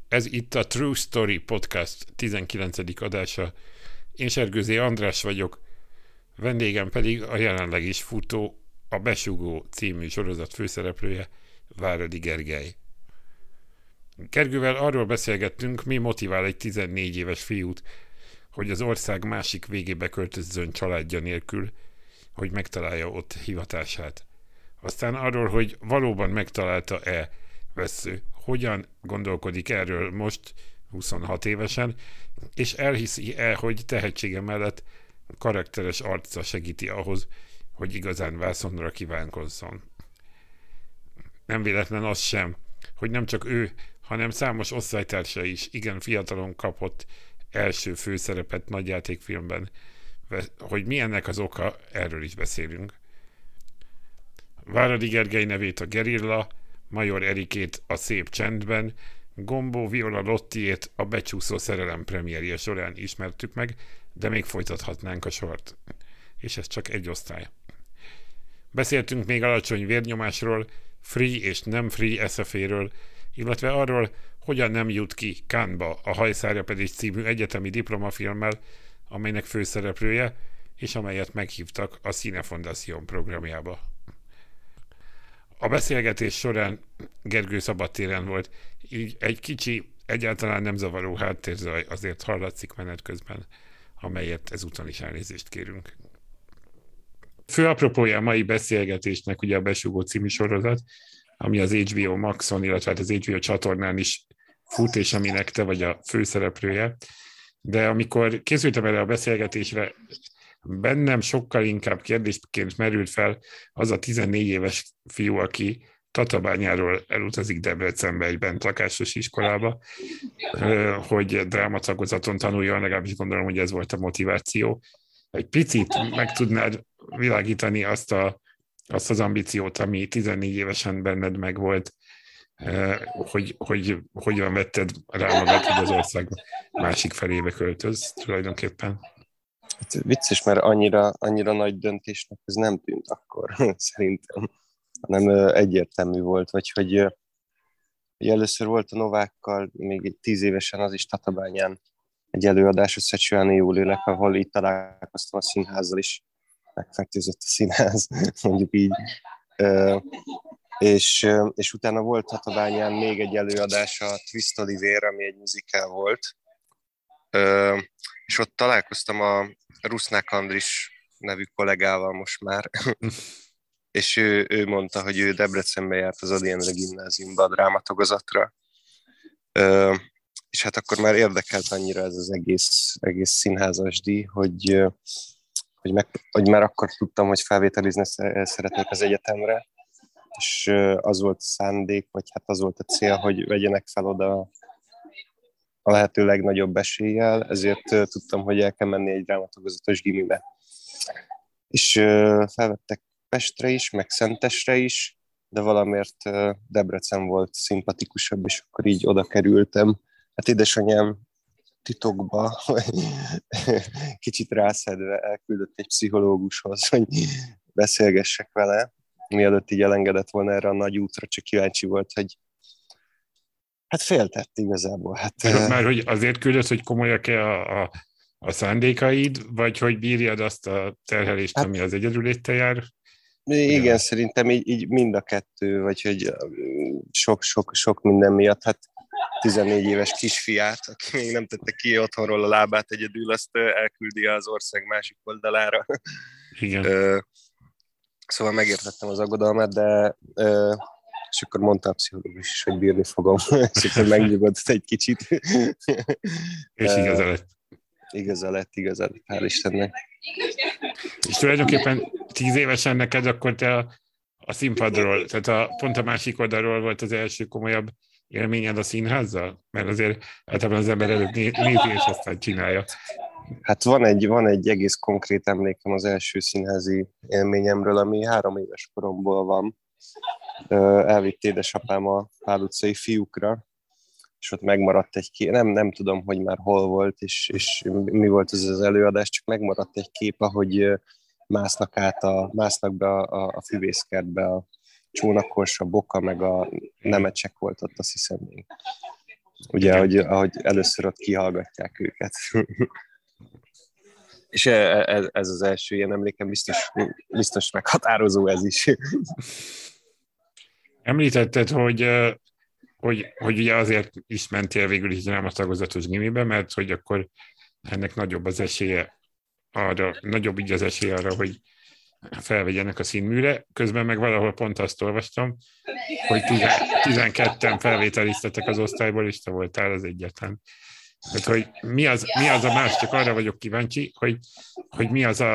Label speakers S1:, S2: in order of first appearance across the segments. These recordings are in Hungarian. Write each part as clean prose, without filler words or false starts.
S1: Ez itt a True Story Podcast 19. adása. Én Sergőzé András vagyok, vendégem pedig a jelenleg is futó, a Besugó című sorozat főszereplője, Váradi Gergely. Gergővel arról beszélgettünk, mi motivál egy 14 éves fiút, hogy az ország másik végébe költözzön családja nélkül, hogy megtalálja ott hivatását. Aztán arról, hogy valóban megtalálta-e Vessző, hogyan gondolkodik erről most, 26 évesen, és elhiszi-e, hogy tehetsége mellett karakteres arca segíti ahhoz, hogy igazán vászonra kívánkozzon. Nem véletlen az sem, hogy nem csak ő, hanem számos osztálytársa is igen fiatalon kapott első főszerepet nagyjátékfilmben. Hogy mi ennek az oka, erről is beszélünk. Váradi Gergely nevét a Gerilla, Major Erikét a Szép csendben, Gombó Viola Lottiét a Becsúszó szerelem premierje során ismertük meg, de még folytathatnánk a sort. És ez csak egy osztály. Beszéltünk még alacsony vérnyomásról, free és nem free SFA-ről, illetve arról, hogyan nem jut ki Cannes-ba a Hajszárja pedig című egyetemi diplomafilmmel, amelynek főszereplője, és amelyet meghívtak a Cine Foundation programjába. A beszélgetés során Gergő szabadtéren volt, így egy kicsi, egyáltalán nem zavaró háttérzaj azért hallatszik menet közben, amelyet ezúton is elnézést kérünk. Fő apropója a mai beszélgetésnek ugye a Besugó című sorozat, ami az HBO Maxon, illetve az HBO csatornán is fut, és aminek te vagy a főszereplője. De amikor készültem erre a beszélgetésre, bennem sokkal inkább kérdésként merült fel az a 14 éves fiú, aki Tatabányáról elutazik Debrecenbe egy bentlakásos iskolába, hogy drámatagozaton tanuljon, legalábbis gondolom, hogy ez volt a motiváció. Egy picit meg tudnád világítani azt az ambíciót, ami 14 évesen benned megvolt, hogy hogyan vetted rá magad, hogy az ország másik felébe költöz tulajdonképpen?
S2: Hát vicces, mert annyira nagy döntésnek ez nem tűnt akkor, szerintem, hanem egyértelmű volt, vagy hogy először volt a Novákkal, még 10 évesen az is Tatabányán egy előadás a Szecsuáni Júlinek, ahol itt találkoztam a színházzal is, megfertőzött a színház, mondjuk így. És utána volt Tatabányán még egy előadás, a Twist Oliver, ami egy musical volt, és ott találkoztam a Rusznák Andris nevű kollégával most már, és ő mondta, hogy ő Debrecenbe járt az Ady Endre gimnáziumba a drámatagozatra, és hát akkor már érdekelt annyira ez az egész színházasdi, hogy már akkor tudtam, hogy felvételizni szeretnék az egyetemre, és az volt a szándék, vagy hát az volt a cél, hogy vegyenek fel oda a lehető legnagyobb eséllyel, ezért tudtam, hogy el kell menni egy drámatagozatos gimibe. És felvettek Pestre is, meg Szentesre is, de valamiért Debrecen volt szimpatikusabb, és akkor így oda kerültem. Hát édesanyám titokba, kicsit rászedve elküldött egy pszichológushoz, hogy beszélgessek vele, mielőtt így elengedett volna erre a nagy útra, csak kíváncsi volt, hogy hát féltett igazából.
S1: Már hogy azért küldött, hogy komolyak-e a szándékaid, vagy hogy bírjad azt a terhelést, ami az egyedüléttel jár?
S2: Igen, ugye? Szerintem így mind a kettő, vagy hogy sok minden miatt. Hát 14 éves kisfiát, aki még nem tette ki otthonról a lábát egyedül, azt elküldi az ország másik oldalára.
S1: Igen.
S2: Szóval megértettem az aggodalmat, de és akkor mondta a pszichológus is, hogy bírni fogom, és akkor megnyugodott egy kicsit.
S1: És
S2: Igaza lett, hál' Istennek.
S1: És tulajdonképpen 10 évesen neked akkor te a színpadról, tehát pont a másik oldalról volt az első komolyabb élményed a színházzal? Mert azért általában az ember előtt nézi, és aztán csinálja.
S2: Hát van egy egész konkrét emlékem az első színházi élményemről, ami 3 éves koromból van. Elvitt édesapám a Pál utcai fiúkra, és ott megmaradt egy kép, nem tudom, hogy már hol volt, és mi volt az előadás, csak megmaradt egy kép, ahogy másznak be a füvészkertbe, a Csónakos, a Boka, meg a Nemecsek volt ott, azt hiszem még. Ugye, ahogy először ott kihallgatják őket. És ez az első ilyen emlékem, biztos meghatározó ez is.
S1: Említetted, hogy ugye azért is mentél végül is drámatagozatos gimibe, mert hogy akkor ennek nagyobb így az esélye arra, hogy felvegyenek a színműre. Közben meg valahol pont azt olvastam, hogy 12-en felvételiztetek az osztályból, és te voltál az egyetlen. Tehát, hogy mi az a más, csak arra vagyok kíváncsi, hogy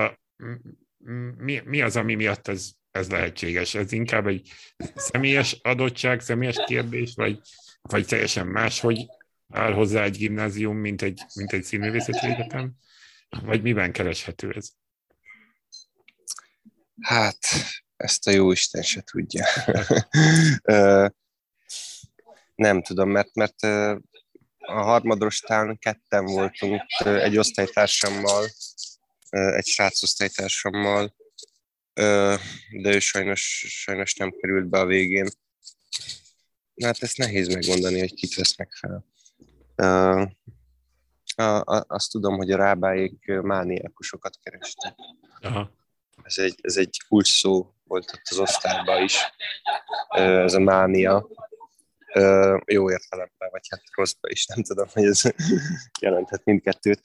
S1: mi az, ami miatt ez lehetséges. Ez inkább egy személyes adottság, személyes kérdés, vagy teljesen máshogy áll hozzá egy gimnázium, mint egy színművészeti egyetem? Vagy miben kereshető ez?
S2: Hát, ezt a jóisten se tudja. Nem tudom, mert a harmadrostán ketten voltunk, egy osztálytársammal, egy srác osztálytársammal, de ő sajnos nem került be a végén. Hát ezt nehéz megmondani, hogy kit vesznek fel. Azt tudom, hogy a rábáék mániákusokat kerestek.
S1: Aha.
S2: Ez egy kulcs szó volt ott az osztályban is, ez a mánia. Jó értelemben, vagy hát rosszban is, nem tudom, hogy ez jelenthet mindkettőt.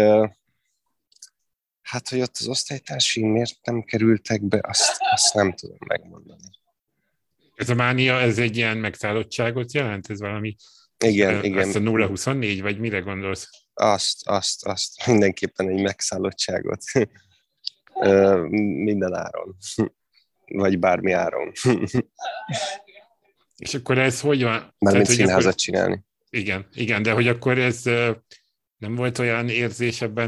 S2: Hát, hogy ott az osztálytársaim miért nem kerültek be, azt nem tudom megmondani.
S1: Ez a mánia, ez egy ilyen megszállottságot jelent? Ez valami...
S2: Igen.
S1: Azt a 0-24, vagy mire gondolsz?
S2: Azt mindenképpen egy megszállottságot. Minden áron. Vagy bármi áron.
S1: És akkor ez hogy van?
S2: Mármint színházat csinálni.
S1: Igen, de hogy akkor ez nem volt olyan érzés ebben,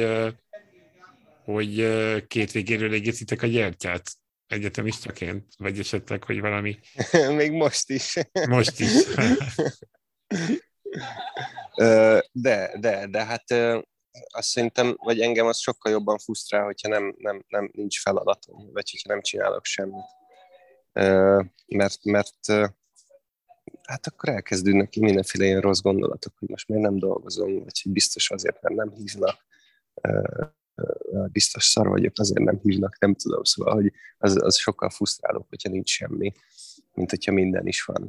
S1: hogy két végéről egészitek a gyertyát egyetemistaként? Vagy esetleg, hogy valami...
S2: Még most is.
S1: Most is.
S2: De hát azt szerintem, vagy engem az sokkal jobban frusztrál, hogyha nem nincs feladatom, vagy hogyha nem csinálok semmit. Mert hát akkor elkezdődnek ki mindenféle ilyen rossz gondolatok, hogy most miért nem dolgozom, vagy hogy biztos azért, mert nem hívnak, biztos szar vagyok, azért nem hívnak, nem tudom, szóval, hogy az sokkal frusztrálóbb, hogyha nincs semmi, mint hogyha minden is van.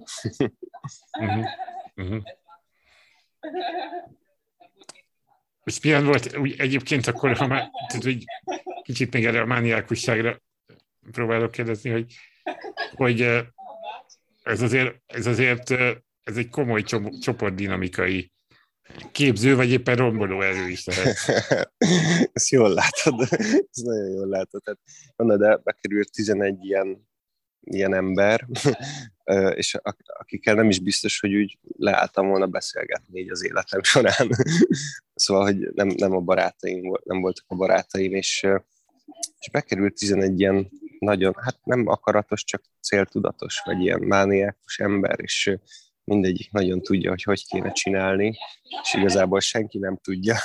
S1: És milyen volt úgy egyébként akkor, ha már, tehát, hogy kicsit még erre a mániákusságra próbálok kérdezni, hogy ez azért egy komoly csoportdinamikai képző, vagy éppen romboló erő is lehet.
S2: Ezt jól látod, ezt nagyon jól látod. Tehát, mondod, de bekerült 11 ilyen ember, és akikkel nem is biztos, hogy úgy leálltam volna beszélgetni így az életem során. Szóval, hogy nem a barátaim, nem voltak a barátaim, és bekerült 11 ilyen nagyon, hát nem akaratos, csak céltudatos, vagy ilyen mániákus ember, és mindegyik nagyon tudja, hogy kéne csinálni, és igazából senki nem tudja.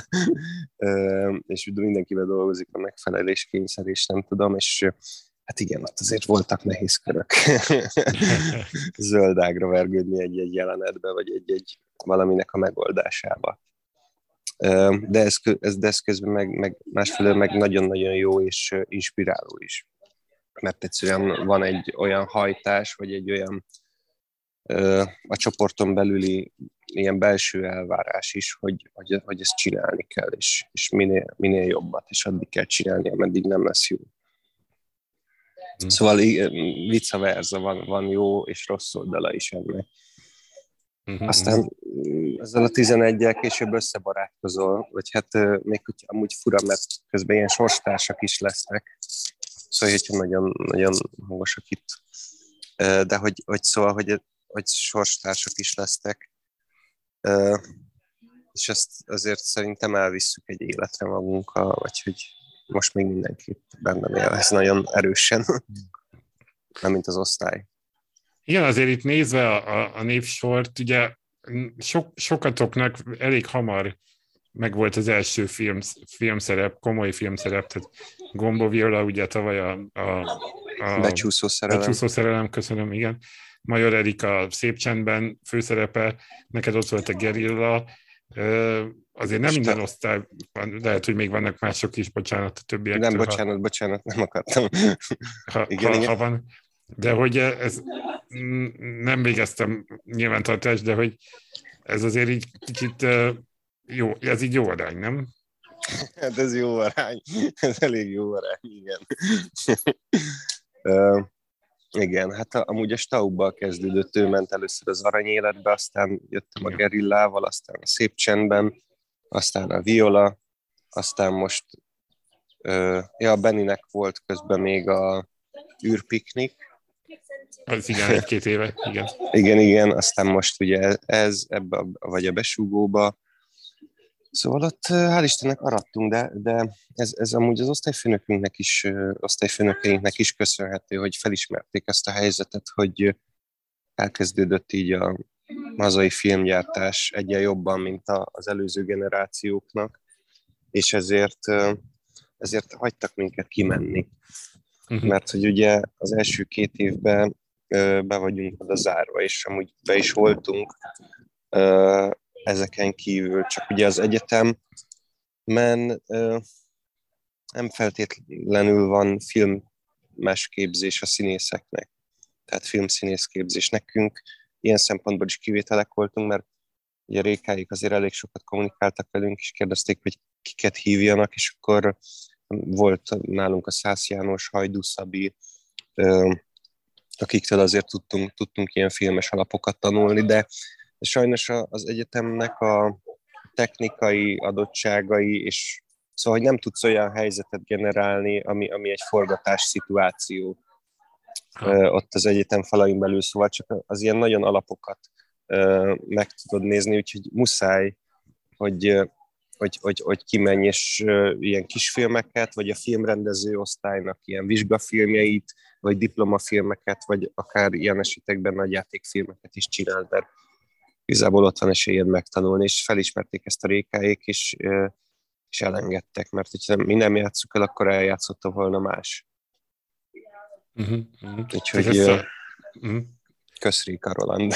S2: És mindenkivel dolgozik a megfeleléskényszer, és nem tudom, és hát igen, ott azért voltak nehéz körök. Zöldágra vergődni egy jelenetbe, vagy egy valaminek a megoldásába. De ez közben meg másfelől meg nagyon-nagyon jó és inspiráló is. Mert egyszerűen van egy olyan hajtás, vagy egy olyan a csoporton belüli ilyen belső elvárás is, hogy ezt csinálni kell, és minél jobbat, és addig kell csinálni, ameddig nem lesz jó. Szóval vice versa, van jó és rossz oldala is ennek. Aztán ezzel a 11-jel később összebarátkozol, vagy hát még hogy amúgy fura, mert közben ilyen sorstársak is lesznek, szóval, hogyha nagyon, nagyon hangosak itt, de hogy szóval, hogy sorstársak is lesznek, és ezt azért szerintem elvisszük egy életre magunkkal, vagy hogy most még mindenki bennem él, ez nagyon erősen, nem mint az osztály.
S1: Igen, azért itt nézve a névsort, ugye sokatoknak elég hamar megvolt az első filmszerep, komoly filmszerep, tehát Gombó Viola ugye tavaly a
S2: Becsúszó szerelem.
S1: Becsúszó szerelem, köszönöm, igen. Major Erika Szép csendben főszerepe, neked ott volt a Gerilla, azért nem minden osztály van, lehet, hogy még vannak mások is, bocsánat a többiektől.
S2: Nem, bocsánat, nem akartam.
S1: Igen. Ha van. De hogy ez nem végeztem nyilvántartást, de hogy ez azért így kicsit jó, ez így jó arány, nem?
S2: Hát ez jó arány, ez elég jó arány, igen. Igen, hát amúgy a Staubbal kezdődött, ő ment először az Aranyéletbe, aztán jöttem a Gerillával, aztán a Szép csendben, aztán a Viola, aztán most a Benninek volt közben még a űrpiknik.
S1: Az igen, 1-2 éve, igen.
S2: Igen, aztán most ugye ez, ebbe, vagy a Besúgóba. Szóval ott hál' Istennek arattunk, de ez amúgy az osztályfőnökeinknek is köszönhető, hogy felismerték ezt a helyzetet, hogy elkezdődött így a hazai filmgyártás egyen jobban, mint az előző generációknak, és ezért hagytak minket kimenni. Mert hogy ugye az első 2 évben be vagyunk oda zárva, és amúgy be is voltunk ezeken kívül, csak ugye az egyetemen nem feltétlenül van filmmesképzés a színészeknek, tehát filmszínészképzés. Nekünk ilyen szempontból is kivételek voltunk, mert ugye Rékáik azért elég sokat kommunikáltak velünk, és kérdezték, hogy kiket hívjanak, és akkor volt nálunk a Szász János, Hajdú Szabi, akiktől azért tudtunk ilyen filmes alapokat tanulni, de sajnos az egyetemnek a technikai adottságai, és szóval, hogy nem tudsz olyan helyzetet generálni, ami egy forgatás szituáció ott az egyetem falain belül, szóval csak az ilyen nagyon alapokat meg tudod nézni, úgyhogy muszáj, hogy kimenj, és ilyen kisfilmeket, vagy a filmrendező osztálynak ilyen vizsgafilmjeit, vagy diplomafilmeket, vagy akár ilyen esetekben nagyjátékfilmeket is csinál, mert igazából ott van esélyed megtanulni, és felismerték ezt a Rékáék, és elengedtek, mert hogyha mi nem játsszuk el, akkor eljátszotta volna más. Úgyhogy kösz Réka Roland.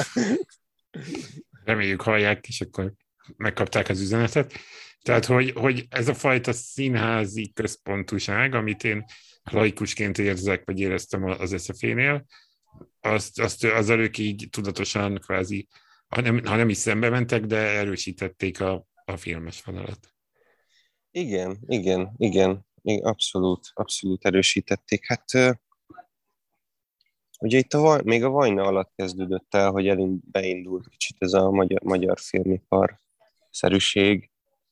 S1: Reméljük hallják, és akkor megkapták az üzenetet. Tehát, hogy ez a fajta színházi központúság, amit én laikusként érzek, vagy éreztem az SZF-nél, az ők így tudatosan kvázi, ha nem is szembe mentek, de erősítették a filmes vonalat.
S2: Igen, abszolút erősítették. Hát ugye itt még a Vajna alatt kezdődött el, hogy beindult kicsit ez a magyar filmipar szerűség.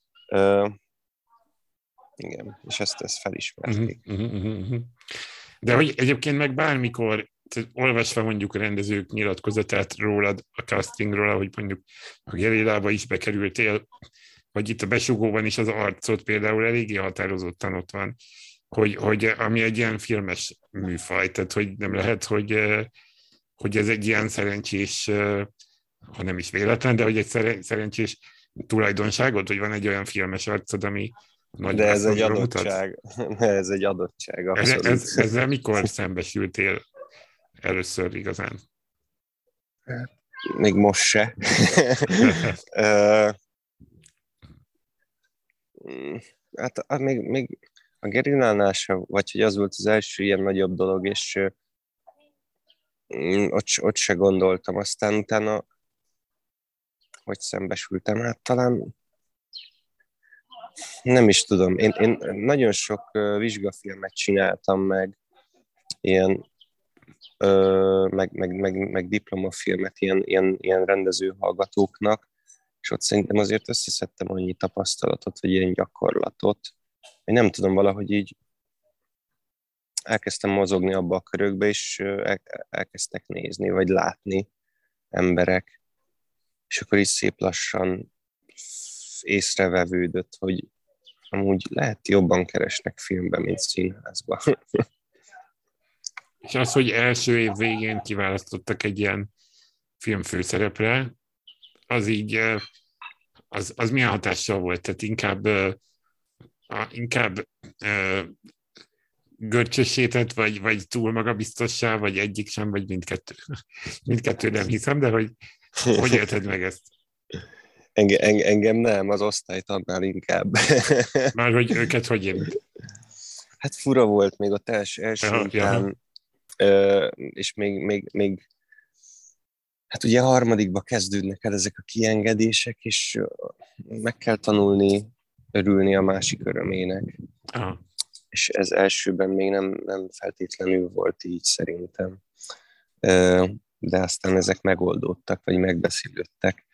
S2: Igen, és ezt felismerték.
S1: De hogy egyébként meg bármikor, olvasva mondjuk a rendezők nyilatkozatát rólad, a castingról, ahogy mondjuk a Gerillába is bekerültél, vagy itt a Besugóban is az arcod például eléggé határozottan ott van, hogy ami egy ilyen filmes műfaj, tehát hogy nem lehet, hogy ez egy ilyen szerencsés, ha nem is véletlen, de hogy egy szerencsés tulajdonságot, hogy van egy olyan filmes arcod, ami nagy.
S2: De ez egy adottság. Ez egy adottság, abszolút.
S1: Ezzel mikor szembesültél először igazán?
S2: Még most se. Hát még a Gerillánál sem, vagy hogy az volt az első ilyen nagyobb dolog, és ott se gondoltam. Aztán utána, hogy szembesültem, hát talán nem is tudom. Én nagyon sok vizsgafilmet csináltam meg, ilyen meg diplomafilmet ilyen rendezőhallgatóknak, és ott szerintem azért összeszedtem annyi tapasztalatot, vagy ilyen gyakorlatot, hogy nem tudom, valahogy így elkezdtem mozogni abba a körökbe, és elkezdtek nézni, vagy látni emberek, és akkor is szép lassan észrevevődött, hogy amúgy lehet jobban keresnek filmben, mint színházban.
S1: És az, hogy első év végén kiválasztottak egy ilyen filmfőszerepre, az így, az milyen hatással volt? Tehát inkább görcsössétett, vagy túl magabiztossá, vagy egyik sem, vagy mindkettő. Mindkettő nem hiszem, de hogy élted meg ezt?
S2: Engem nem, az osztályt annál inkább.
S1: Már hogy őket hogy érint?
S2: Hát fura volt még ott első
S1: Ja.
S2: után, és még hát ugye a harmadikba kezdődnek el ezek a kiengedések, és meg kell tanulni örülni a másik örömének.
S1: Aha.
S2: És ez elsőben még nem feltétlenül volt így szerintem. De aztán ezek megoldódtak, vagy megbeszélődtek.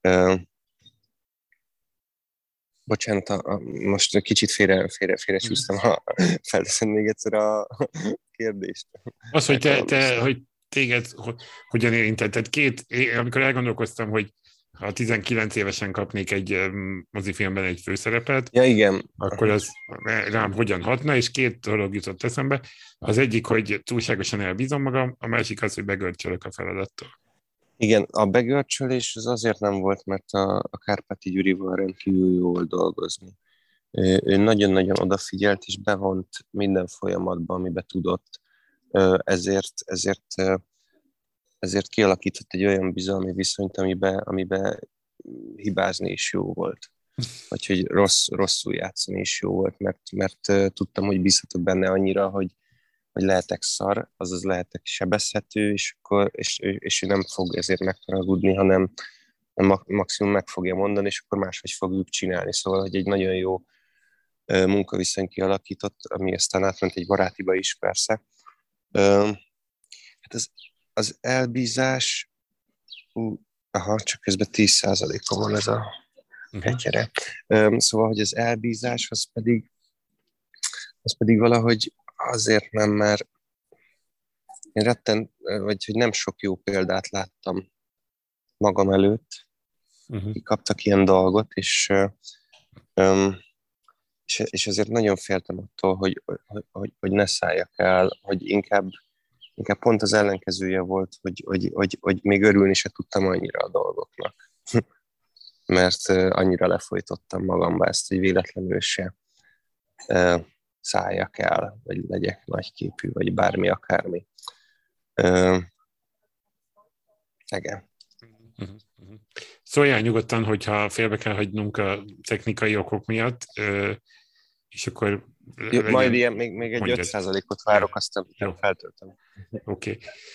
S2: Bocsánat, most egy kicsit félresúztam, ha felteszem még egyszer a kérdést.
S1: Az, hogy hogy téged hogyan érintett. Tehát amikor elgondolkoztam, hogy ha 19 évesen kapnék egy mozifilmben egy főszerepet,
S2: ja, igen.
S1: akkor az rám hogyan hatna, és két dolog jutott eszembe. Az egyik, hogy túlságosan elbízom magam, a másik az, hogy begörcsölök a feladattól.
S2: Igen, a begörcsölés az azért nem volt, mert a Kárpáti Gyurival rendkívül jó volt dolgozni. Ő nagyon-nagyon odafigyelt, és bevont minden folyamatba, amiben tudott. Ezért kialakított egy olyan bizalmi viszonyt, amiben hibázni is jó volt. Vagy hogy rosszul játszani is jó volt, mert tudtam, hogy bízhatok benne annyira, hogy lehetek szar, azaz lehetek sebezhető, és ő nem fog ezért megharagudni, hanem maximum meg fogja mondani, és akkor máshogy fogjuk csinálni. Szóval, hogy egy nagyon jó munkaviszony kialakított, ami aztán átment egy barátiba is persze. Hát az elbízás, csak közben 10%-on van ez a ketyere. Szóval, hogy az elbízás, az pedig valahogy azért nem, mert én vagy hogy nem sok jó példát láttam magam előtt, akik kaptak ilyen dolgot, és azért nagyon féltem attól, hogy ne szálljak el, hogy inkább pont az ellenkezője volt, hogy még örülni se tudtam annyira a dolgoknak. Mert annyira lefolytottam magamba ezt, hogy véletlenül se szálljak el, vagy legyek nagyképű, vagy bármi, akármi. Igen.
S1: Szóljál nyugodtan, hogyha félbe kell hagynunk a technikai okok miatt, és akkor...
S2: Majd ilyen, még egy 5%-ot várok, aztán feltöltöm.
S1: Oké.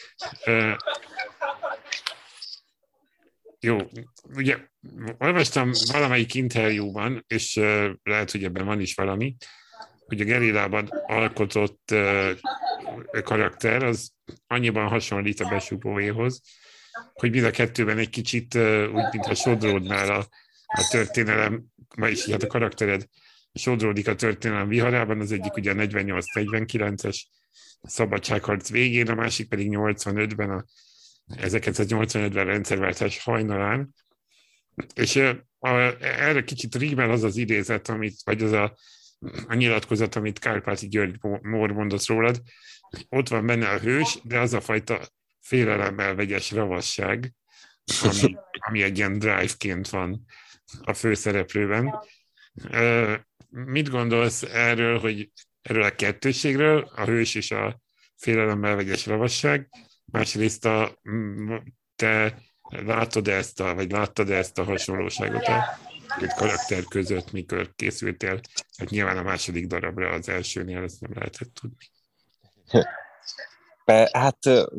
S1: Jó, ugye olvastam valamelyik interjúban, és lehet, hogy ebben van is valami, hogy a gerillában alkotott karakter az annyiban hasonlít a besugóéhoz, hogy mind a kettőben egy kicsit úgy, mint a sodródnál a történelem, vagyis hát a karaktered sodródik a történelem viharában, az egyik ugye a 48-49-es szabadságharc végén, a másik pedig 85-ben a 1985-ben rendszerváltás hajnalán. És erre kicsit rímel az az idézet, vagy az a nyilatkozat, amit Kárpáti György Mór mondott rólad. Ott van benne a hős, de az a fajta félelemmel vegyes ravasság, ami egy ilyen drive-ként van a főszereplőben. Mit gondolsz erről a kettősségről, a hős és a félelemmel vegyes ravasság? Másrészt te láttad ezt a hasonlóságot a két karakter között, mikor készültél? Hát nyilván a második darabra, az elsőnél ezt nem lehetett tudni.
S2: Hát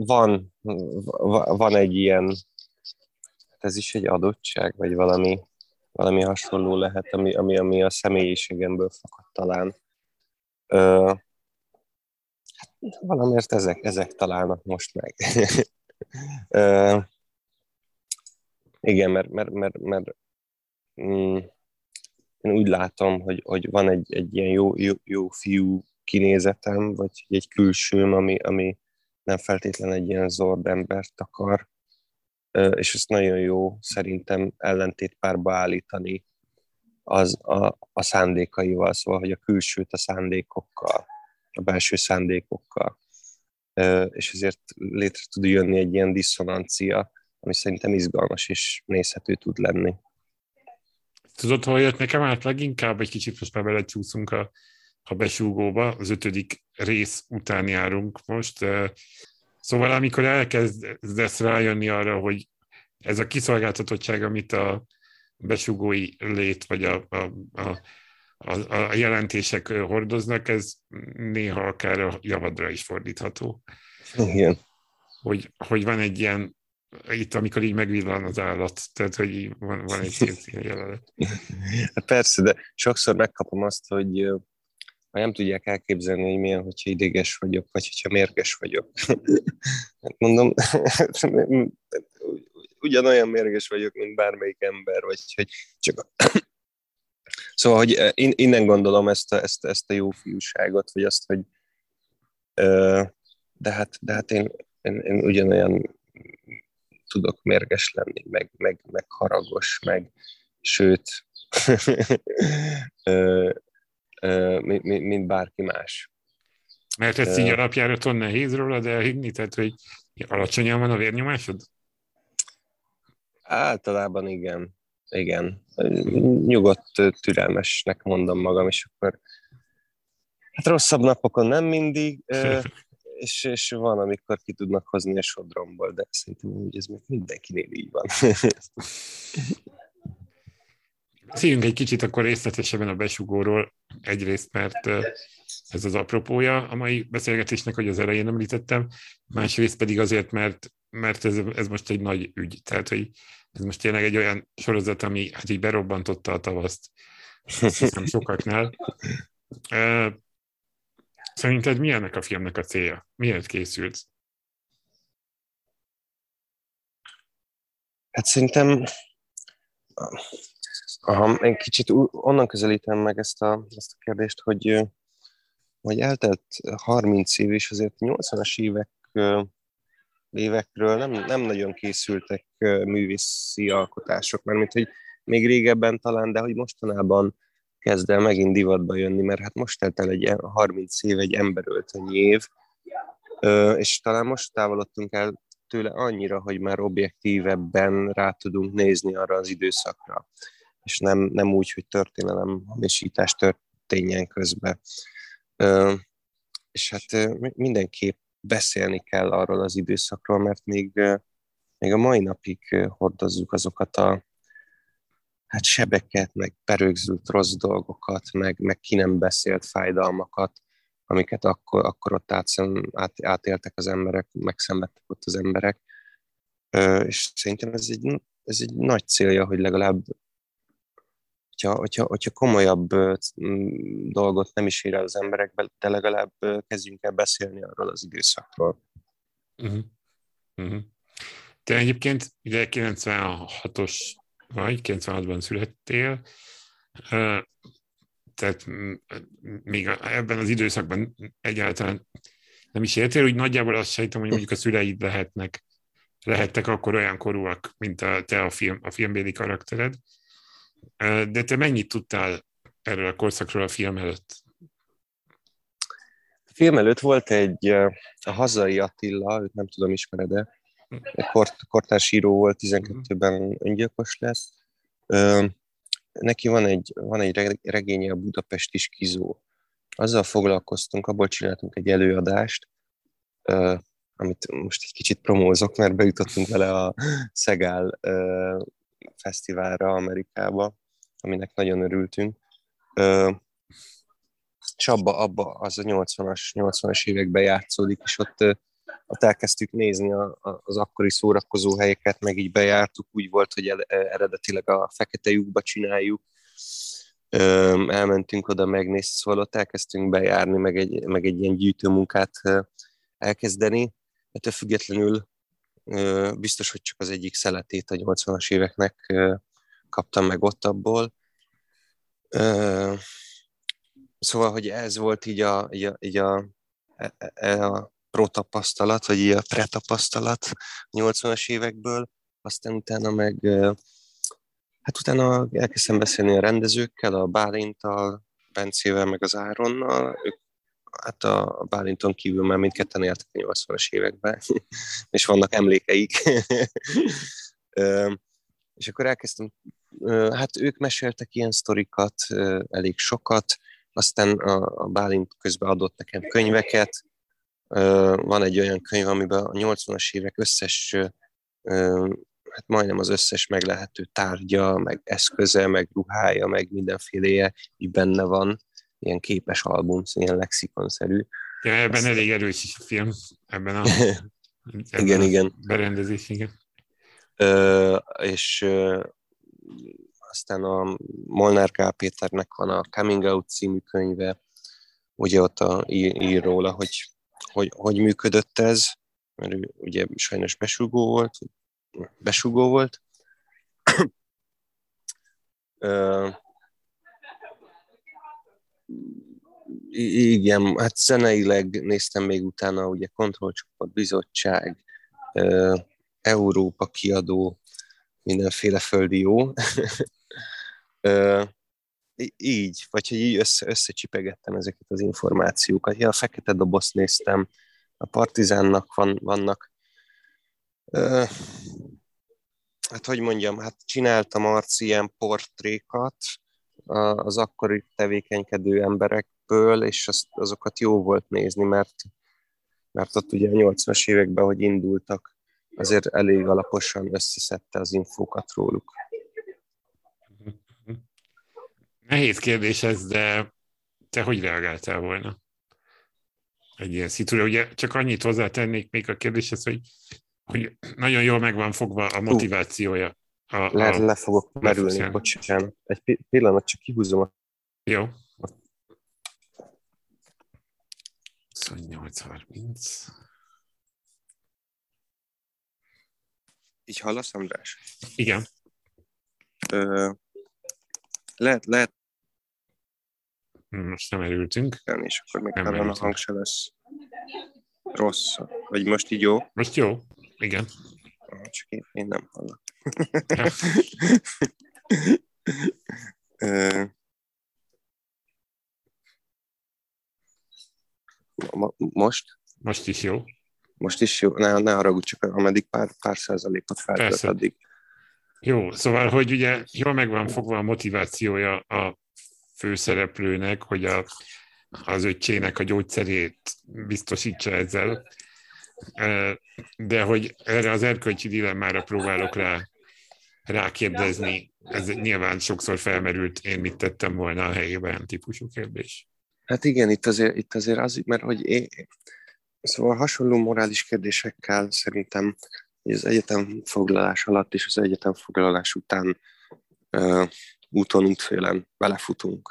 S2: van egy ilyen, ez is egy adottság, vagy valami hasonló lehet, ami a személyiségemből fakad talán. Valamiért ezek találnak most meg. Igen, mert én úgy látom, hogy van egy ilyen jó fiú kinézetem, vagy egy külsőm, ami nem feltétlenül egy ilyen zord embert akar, és ezt nagyon jó szerintem ellentétpárba állítani a szándékaival, szóval, hogy a külsőt a szándékokkal, a belső szándékokkal, és ezért létre tud jönni egy ilyen diszonancia, ami szerintem izgalmas és nézhető tud lenni.
S1: Tudod, hol jött nekem át leginkább? Egy kicsit most már belecsúszunk a a besúgóba, az 5. rész után járunk most. Szóval amikor elkezdesz rájönni arra, hogy ez a kiszolgáltatottság, amit a besúgói lét, vagy a jelentések hordoznak, ez néha akár a javadra is fordítható.
S2: Igen.
S1: Hogy van egy ilyen, itt amikor így megvillan az állat, tehát hogy van egy ilyen jelenet.
S2: Hát persze, de sokszor megkapom azt, hogy nem tudják elképzelni, hogy milyen, hogyha ideges vagyok, vagy hogyha mérges vagyok. Hát mondom, ugyanolyan mérges vagyok, mint bármelyik ember, vagy hogy csak... Szóval, hogy innen gondolom ezt a jó fiúságot, vagy azt, hogy de hát én ugyanolyan tudok mérges lenni, meg haragos, meg sőt, mint bárki más.
S1: Mert ezt így alapjáraton nehéz rólad elhinni? Tehát, hogy alacsonyan van a vérnyomásod?
S2: Általában igen. Igen. Nyugodt, türelmesnek mondom magam, és akkor hát rosszabb napokon nem mindig, és van, amikor ki tudnak hozni a sodromból, de szerintem úgy ez még mindenkinél így van.
S1: Beszéljünk egy kicsit akkor részletesebben a besugóról. Egyrészt, mert ez az apropója a mai beszélgetésnek, hogy az elején említettem, másrészt pedig azért, mert ez most egy nagy ügy. Tehát, hogy ez most tényleg egy olyan sorozat, ami hát így berobbantotta a tavaszt, azt hiszem sokaknál. Szerinted mi ennek a filmnek a célja? Miért készült?
S2: Hát szerintem én kicsit onnan közelítem meg ezt a kérdést, hogy eltelt 30 év, és azért 80-as évekről nem nagyon készültek művészi alkotások, mert mint hogy még régebben talán, de hogy mostanában kezd el megint divatba jönni, mert hát most telt el egy 30 év, egy emberöltönyi év, és talán most távolodtunk el tőle annyira, hogy már objektívebben rá tudunk nézni arra az időszakra, és nem úgy, hogy történelem-hamisítás történjen közben. És hát mindenképp beszélni kell arról az időszakról, mert még a mai napig hordozzuk azokat a sebeket, meg berögzült rossz dolgokat, meg ki nem beszélt fájdalmakat, amiket akkor ott átéltek az emberek, megszenvedtek ott az emberek. És szerintem ez egy nagy célja, hogy legalább hogyha komolyabb dolgot nem is ér el az emberekbe, de legalább kezdjünk el beszélni arról az időszakról.
S1: Uh-huh. Uh-huh. Te egyébként ugye 96-os vagy, 96-ban születtél, tehát még ebben az időszakban egyáltalán nem is értél, úgy nagyjából azt sejtem, hogy mondjuk a szüleid lehettek akkor olyan korúak, mint te a filmbéli karaktered. De te mennyit tudtál erről a korszakról a film előtt?
S2: A film előtt volt a Hazai Attila, őt nem tudom, ismered-e, kortárs író volt, 12-ben öngyilkos lett. Neki van egy regénye, a Budapesti Skizó. Azzal foglalkoztunk, abból csináltunk egy előadást, amit most egy kicsit promózok, mert bejutottunk vele a Szegál fesztiválra Amerikába, aminek nagyon örültünk. És abba az a 80-as években játszódik, és ott elkezdtük nézni az akkori szórakozó helyeket, meg így bejártuk, úgy volt, hogy eredetileg a Fekete lyukba csináljuk. Elmentünk oda megnézni, szóval ott elkezdtünk bejárni, meg egy ilyen gyűjtőmunkát elkezdeni. Ettől függetlenül biztos, hogy csak az egyik szeletét a 80-as éveknek kaptam meg ott abból. Szóval, hogy ez volt így a pro-tapasztalat, vagy így a pre-tapasztalat 80-as évekből. Aztán utána utána elkezdtem beszélni a rendezőkkel, a Bálinttal, Bencével, meg az Áronnal. Ők, hát a Bálinton kívül már mindketten éltek a 80-as években, és vannak emlékeik. És akkor elkezdtem, hát ők meséltek ilyen sztorikat, elég sokat, Aztán a Bálint közben adott nekem könyveket. Van egy olyan könyv, amiben a 80-as évek összes, hát majdnem az összes meglehető tárgya, meg eszköze, meg ruhája, meg mindenféleje így benne van. Ilyen képes album, ilyen lexikonszerű.
S1: Ja, ebben elég erős is a film, ebben
S2: igen, igen.
S1: berendezés, igen.
S2: És aztán a Molnár Gál Péternek van a Coming Out című könyve, ugye ott ír róla, hogy működött ez, mert ő ugye sajnos besugó volt. Igen, hát zeneileg néztem még utána, ugye Kontrollcsoport, Bizottság, Európa kiadó, mindenféle földi jó. Így, vagy hogy így összecsipegettem ezeket az információkat. Ja, a Fekete Dobozt néztem, a Partizánnak vannak, hát hogy mondjam, hát csináltam ilyen portrékat az akkori tevékenykedő emberekből, és azokat jó volt nézni, mert ott ugye a 80-as években, hogy indultak, azért elég alaposan összeszedte az infókat róluk.
S1: Nehéz kérdés ez, de te hogy reagáltál volna egy ilyen szitúra? Ugye csak annyit hozzátennék még a kérdéshez, hogy nagyon jól meg van fogva a motivációja.
S2: Le fogok merülni, bocsánat. Egy pillanat, csak kihúzom
S1: Jó. 28-30.
S2: Így hallasz, András?
S1: Igen.
S2: Lehet.
S1: Most nem erültünk.
S2: És akkor meg talán a hang se lesz rossz. Vagy most így jó?
S1: Most jó, igen.
S2: Csak én nem hallok. Most?
S1: Most is jó.
S2: Most is jó? Ne haragudj, csak ameddig pár százalékot feltölt addig.
S1: Jó, szóval, hogy ugye jól meg van fogva a motivációja a főszereplőnek, hogy az öccsének a gyógyszerét biztosítsa ezzel, de hogy erre az erkölcsi dilemmára próbálok rákérdezni. Ez nyilván sokszor felmerült, én mit tettem volna a helyében típusú kérdés.
S2: Hát igen, itt azért az, mert hogy szóval hasonló morális kérdésekkel szerintem az egyetemfoglalás alatt és az egyetemfoglalás után úton útfélen belefutunk.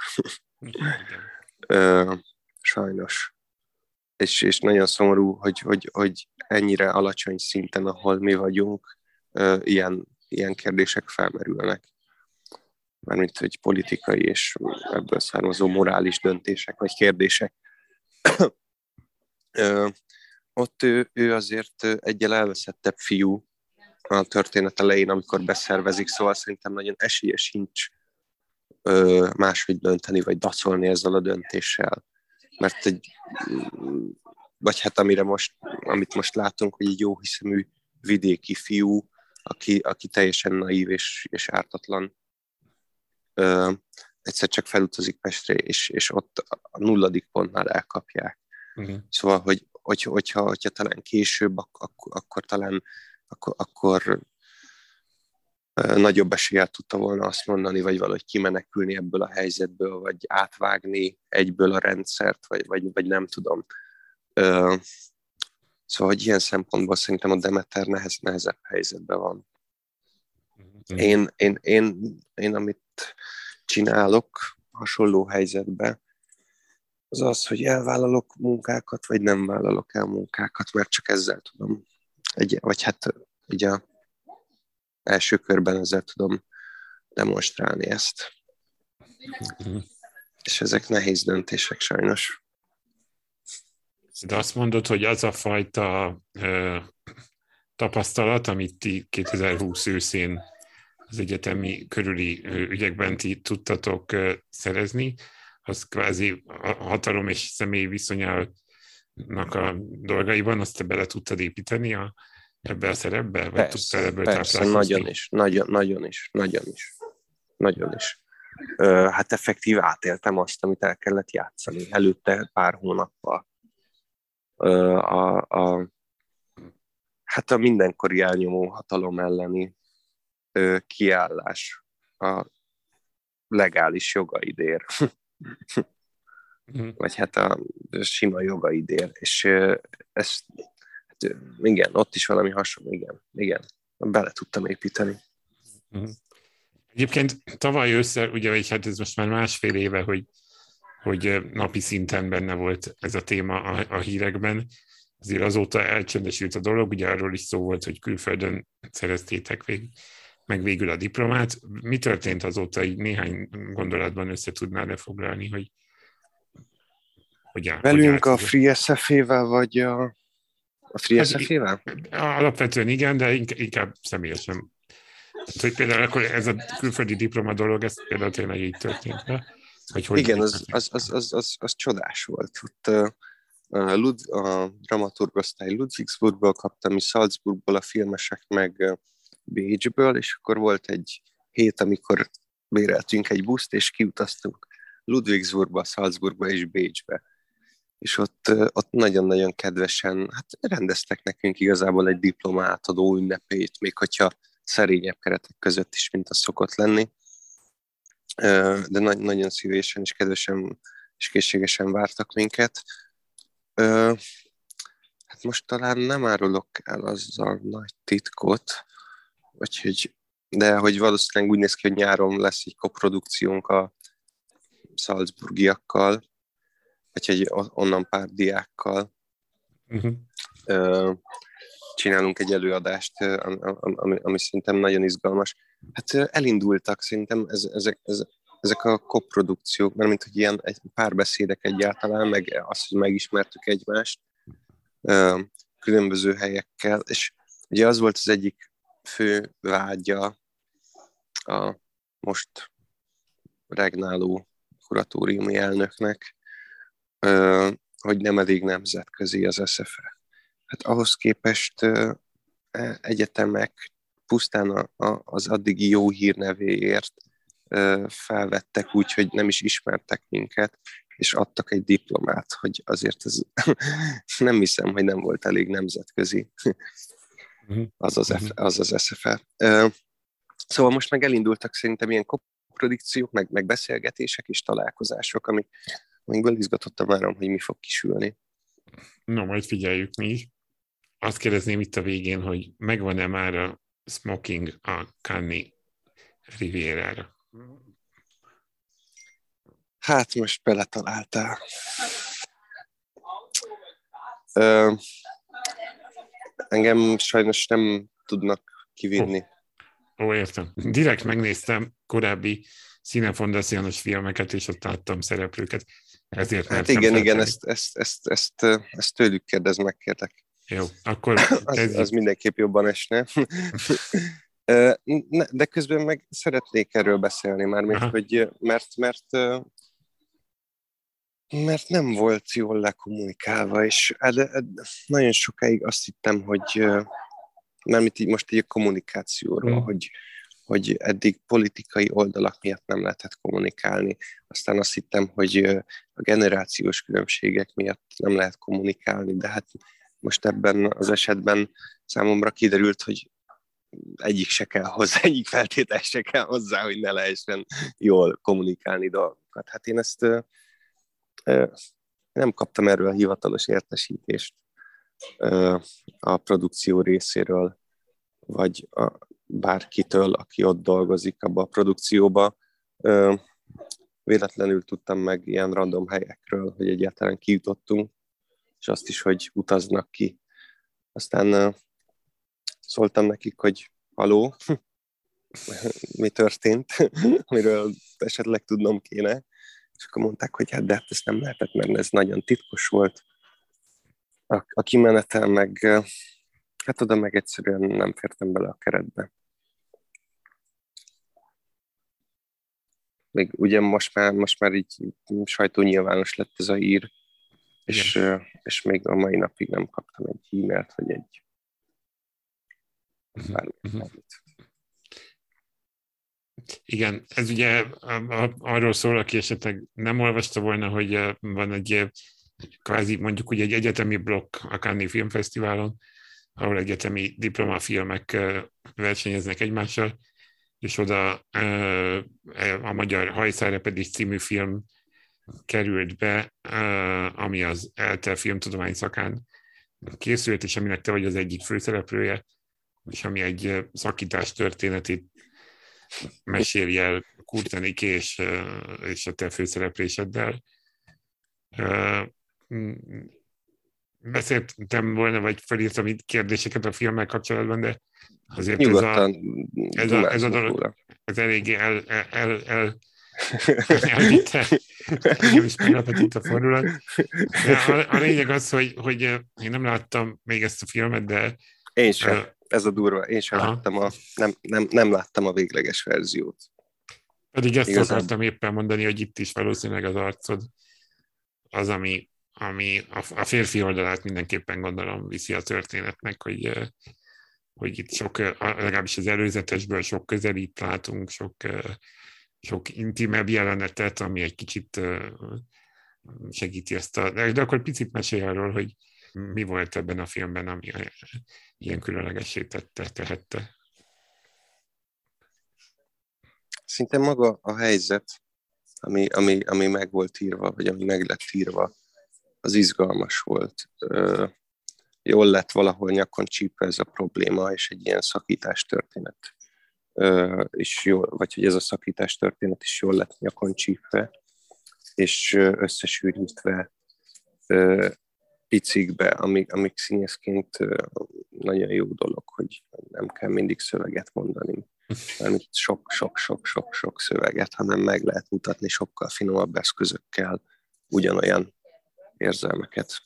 S2: Sajnos. És nagyon szomorú, hogy ennyire alacsony szinten, ahol mi vagyunk, ilyen kérdések felmerülnek. Mármint, hogy politikai és ebből származó morális döntések vagy kérdések. Ott ő azért egyel elveszettebb fiú a történet elején, amikor beszervezik, szóval szerintem nagyon esélye sincs máshogy dönteni, vagy dacolni ezzel a döntéssel. Mert vagy hát amit most látunk, hogy egy jóhiszemű vidéki fiú, aki teljesen naív és ártatlan, egyszer csak felutazik Pestre, és ott a 0. pontnál elkapják. Uh-huh. Szóval, hogyha talán később, akkor nagyobb eséllyel tudta volna azt mondani, vagy valahogy kimenekülni ebből a helyzetből, vagy átvágni egyből a rendszert, vagy nem tudom. Szóval, hogy ilyen szempontból szerintem a Demeter nehezebb helyzetben van. Én amit csinálok hasonló helyzetben, az, hogy elvállalok munkákat, vagy nem vállalok el munkákat, mert csak ezzel tudom. Vagy hát ugye első körben ezzel tudom demonstrálni ezt. És ezek nehéz döntések sajnos.
S1: De azt mondod, hogy az a fajta tapasztalat, amit ti 2020 őszén az egyetemi körüli ügyekben ti tudtatok szerezni, az kvázi a hatalom és személyi viszonyának a dolgaiban, azt te bele tudtad építeni ebbe a szerepbe? Vagy tudtál ebből táplálkozni?
S2: Nagyon is. hát effektív átéltem azt, amit el kellett játszani előtte pár hónappal. Hát a mindenkori elnyomó hatalom elleni kiállás a legális jogaidért. Vagy hát a sima jogaidért. És ezt, hát, igen, ott is valami hasonló, igen, bele tudtam építeni.
S1: Egyébként tavaly ősszel, ugye, vagy hát ez most már másfél éve, hogy napi szinten benne volt ez a téma a hírekben. Azért azóta elcsendesült a dolog, ugye arról is szó volt, hogy külföldön szereztétek meg végül a diplomát. Mi történt azóta, így néhány gondolatban össze tudnál lefoglalni, hogy
S2: velünk a FreeSF-ével, vagy a FreeSF-ével?
S1: Alapvetően igen, de inkább személyesen. Tehát, hogy például akkor ez a külföldi diploma dolog, ez például tényleg így történt.
S2: Igen, az csodás volt. Ott a dramaturgosztály Ludwigsburgból kaptam, és Salzburgból a filmesek, meg Bécsből, és akkor volt egy hét, amikor béreltünk egy buszt, és kiutaztunk Ludwigsburgba, Salzburgba és Bécsbe. És ott nagyon-nagyon kedvesen, hát rendeztek nekünk igazából egy diploma átadó ünnepét, még hogyha szerényebb keretek között is, mint az szokott lenni. De nagyon szívélyesen és kedvesen és készségesen vártak minket. Hát most talán nem árulok el azzal nagy titkot, de hogy valószínűleg úgy néz ki, hogy nyáron lesz egy koprodukciónk a salzburgiakkal, vagy egy onnan pár diákkal. Csinálunk egy előadást, ami szerintem nagyon izgalmas. Hát elindultak szerintem ezek a koprodukciók, mert mint hogy ilyen párbeszédek egyáltalán, meg az, hogy megismertük egymást különböző helyekkel, és ugye az volt az egyik fő vágya a most regnáló kuratóriumi elnöknek, hogy nem elég nemzetközi az SFE. Hát ahhoz képest egyetemek pusztán az addigi jó hírnevéért felvettek úgy, hogy nem is ismertek minket, és adtak egy diplomát, hogy azért ez nem hiszem, hogy nem volt elég nemzetközi az az SFR. Szóval most meg elindultak szerintem ilyen koprodukciók, meg beszélgetések és találkozások, amikből izgatottam várom, hogy mi fog kisülni.
S1: No, majd figyeljük mi is. Azt kérdezném itt a végén, hogy megvan-e már a smoking a Cannes Rivierára?
S2: Hát most beletaláltál. Engem sajnos nem tudnak kivinni.
S1: Ó, értem. Direkt megnéztem korábbi Cinefondacionos filmeket, és ott láttam szereplőket. Ezért
S2: hát igen, ezt tőlük kérdez meg, kérlek.
S1: Jó, akkor
S2: az mindenképp jobban esne. De közben meg szeretnék erről beszélni mármint, hogy mert nem volt jól lekommunikálva, és nagyon sokáig azt hittem, hogy mármint így most egy kommunikációról, hogy eddig politikai oldalak miatt nem lehetett kommunikálni. Aztán azt hittem, hogy a generációs különbségek miatt nem lehet kommunikálni, de hát most ebben az esetben számomra kiderült, hogy egyik feltétel se kell hozzá, hogy ne lehessen jól kommunikálni dolgokat. Hát én ezt nem kaptam erről a hivatalos értesítést a produkció részéről, vagy bárkitől, aki ott dolgozik abba a produkcióba. Véletlenül tudtam meg ilyen random helyekről, hogy egyáltalán kijutottunk, és azt is, hogy utaznak ki. Aztán szóltam nekik, hogy haló, mi történt, amiről esetleg tudnom kéne. És akkor mondták, hogy hát ezt nem lehetett, mert ez nagyon titkos volt. A kimenetel meg, hát oda meg egyszerűen nem fértem bele a keretbe. Még ugye most már így sajtónyilvános lett ez a hír, és még a mai napig nem kaptam egy e-mailt, vagy egy bármit.
S1: Igen, ez ugye arról szól, aki esetleg nem olvasta volna, hogy van egy kvázi mondjuk ugye egy egyetemi blokk a Cannes Filmfesztiválon, ahol egyetemi diplomafilmek versenyeznek egymással, és oda a magyar Hajszárepedés című film került be, ami az ELTE filmtudomány szakán készült, és aminek te vagy az egyik főszereplője, és ami egy szakítás történetét meséli el Kurtenik és a te főszerepléseddel. Beszéltem volna, vagy felírtam itt kérdéseket a filmmel kapcsolatban, de azért
S2: Nyugodtan
S1: ez a dolog, ez eléggé elvitte, nem is meglepett itt a fordulat. De a lényeg az, hogy én nem láttam még ezt a filmet, de...
S2: Én sem, ez a durva, én sem láttam nem láttam a végleges verziót.
S1: Pedig ezt akartam éppen mondani, hogy itt is valószínűleg az arcod az, ami a férfi oldalát mindenképpen gondolom viszi a történetnek, hogy itt sok, legalábbis az előzetesből sok közelít látunk, sok intimebb jelenetet, ami egy kicsit segíti ezt de akkor picit mesélj arról, hogy mi volt ebben a filmben, ami ilyen különlegessé tehette.
S2: Szinte maga a helyzet, ami meg volt írva, vagy ami meg lett írva, az izgalmas volt. Jól lett valahol nyakon csípve ez a probléma, és egy ilyen szakítás történet. Vagy hogy ez a szakítás történet is jól lett nyakon csípve, és összesűrítve picikbe, amik színészként nagyon jó dolog, hogy nem kell mindig szöveget mondani. Nem sok szöveget, hanem meg lehet mutatni sokkal finomabb eszközökkel ugyanolyan érzelmeket.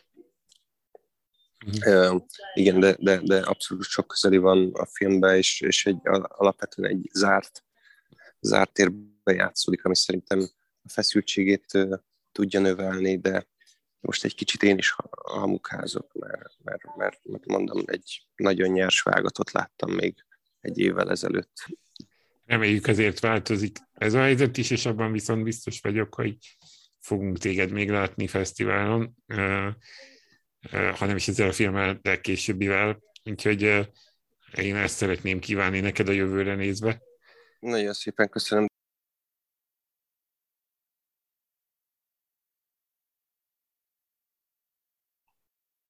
S2: Igen, de abszolút sok közeli van a filmben, és alapvetően egy zárt térben játszódik, ami szerintem a feszültségét tudja növelni, de most egy kicsit én is hamukázok, mert mondom, egy nagyon nyers vágatot láttam még egy évvel ezelőtt.
S1: Reméljük, ezért változik ez a helyzet is, és abban viszont biztos vagyok, hogy fogunk téged még látni fesztiválon, hanem is ezzel a filmmel, de későbbivel. Úgyhogy én ezt szeretném kívánni neked a jövőre nézve.
S2: Nagyon szépen köszönöm,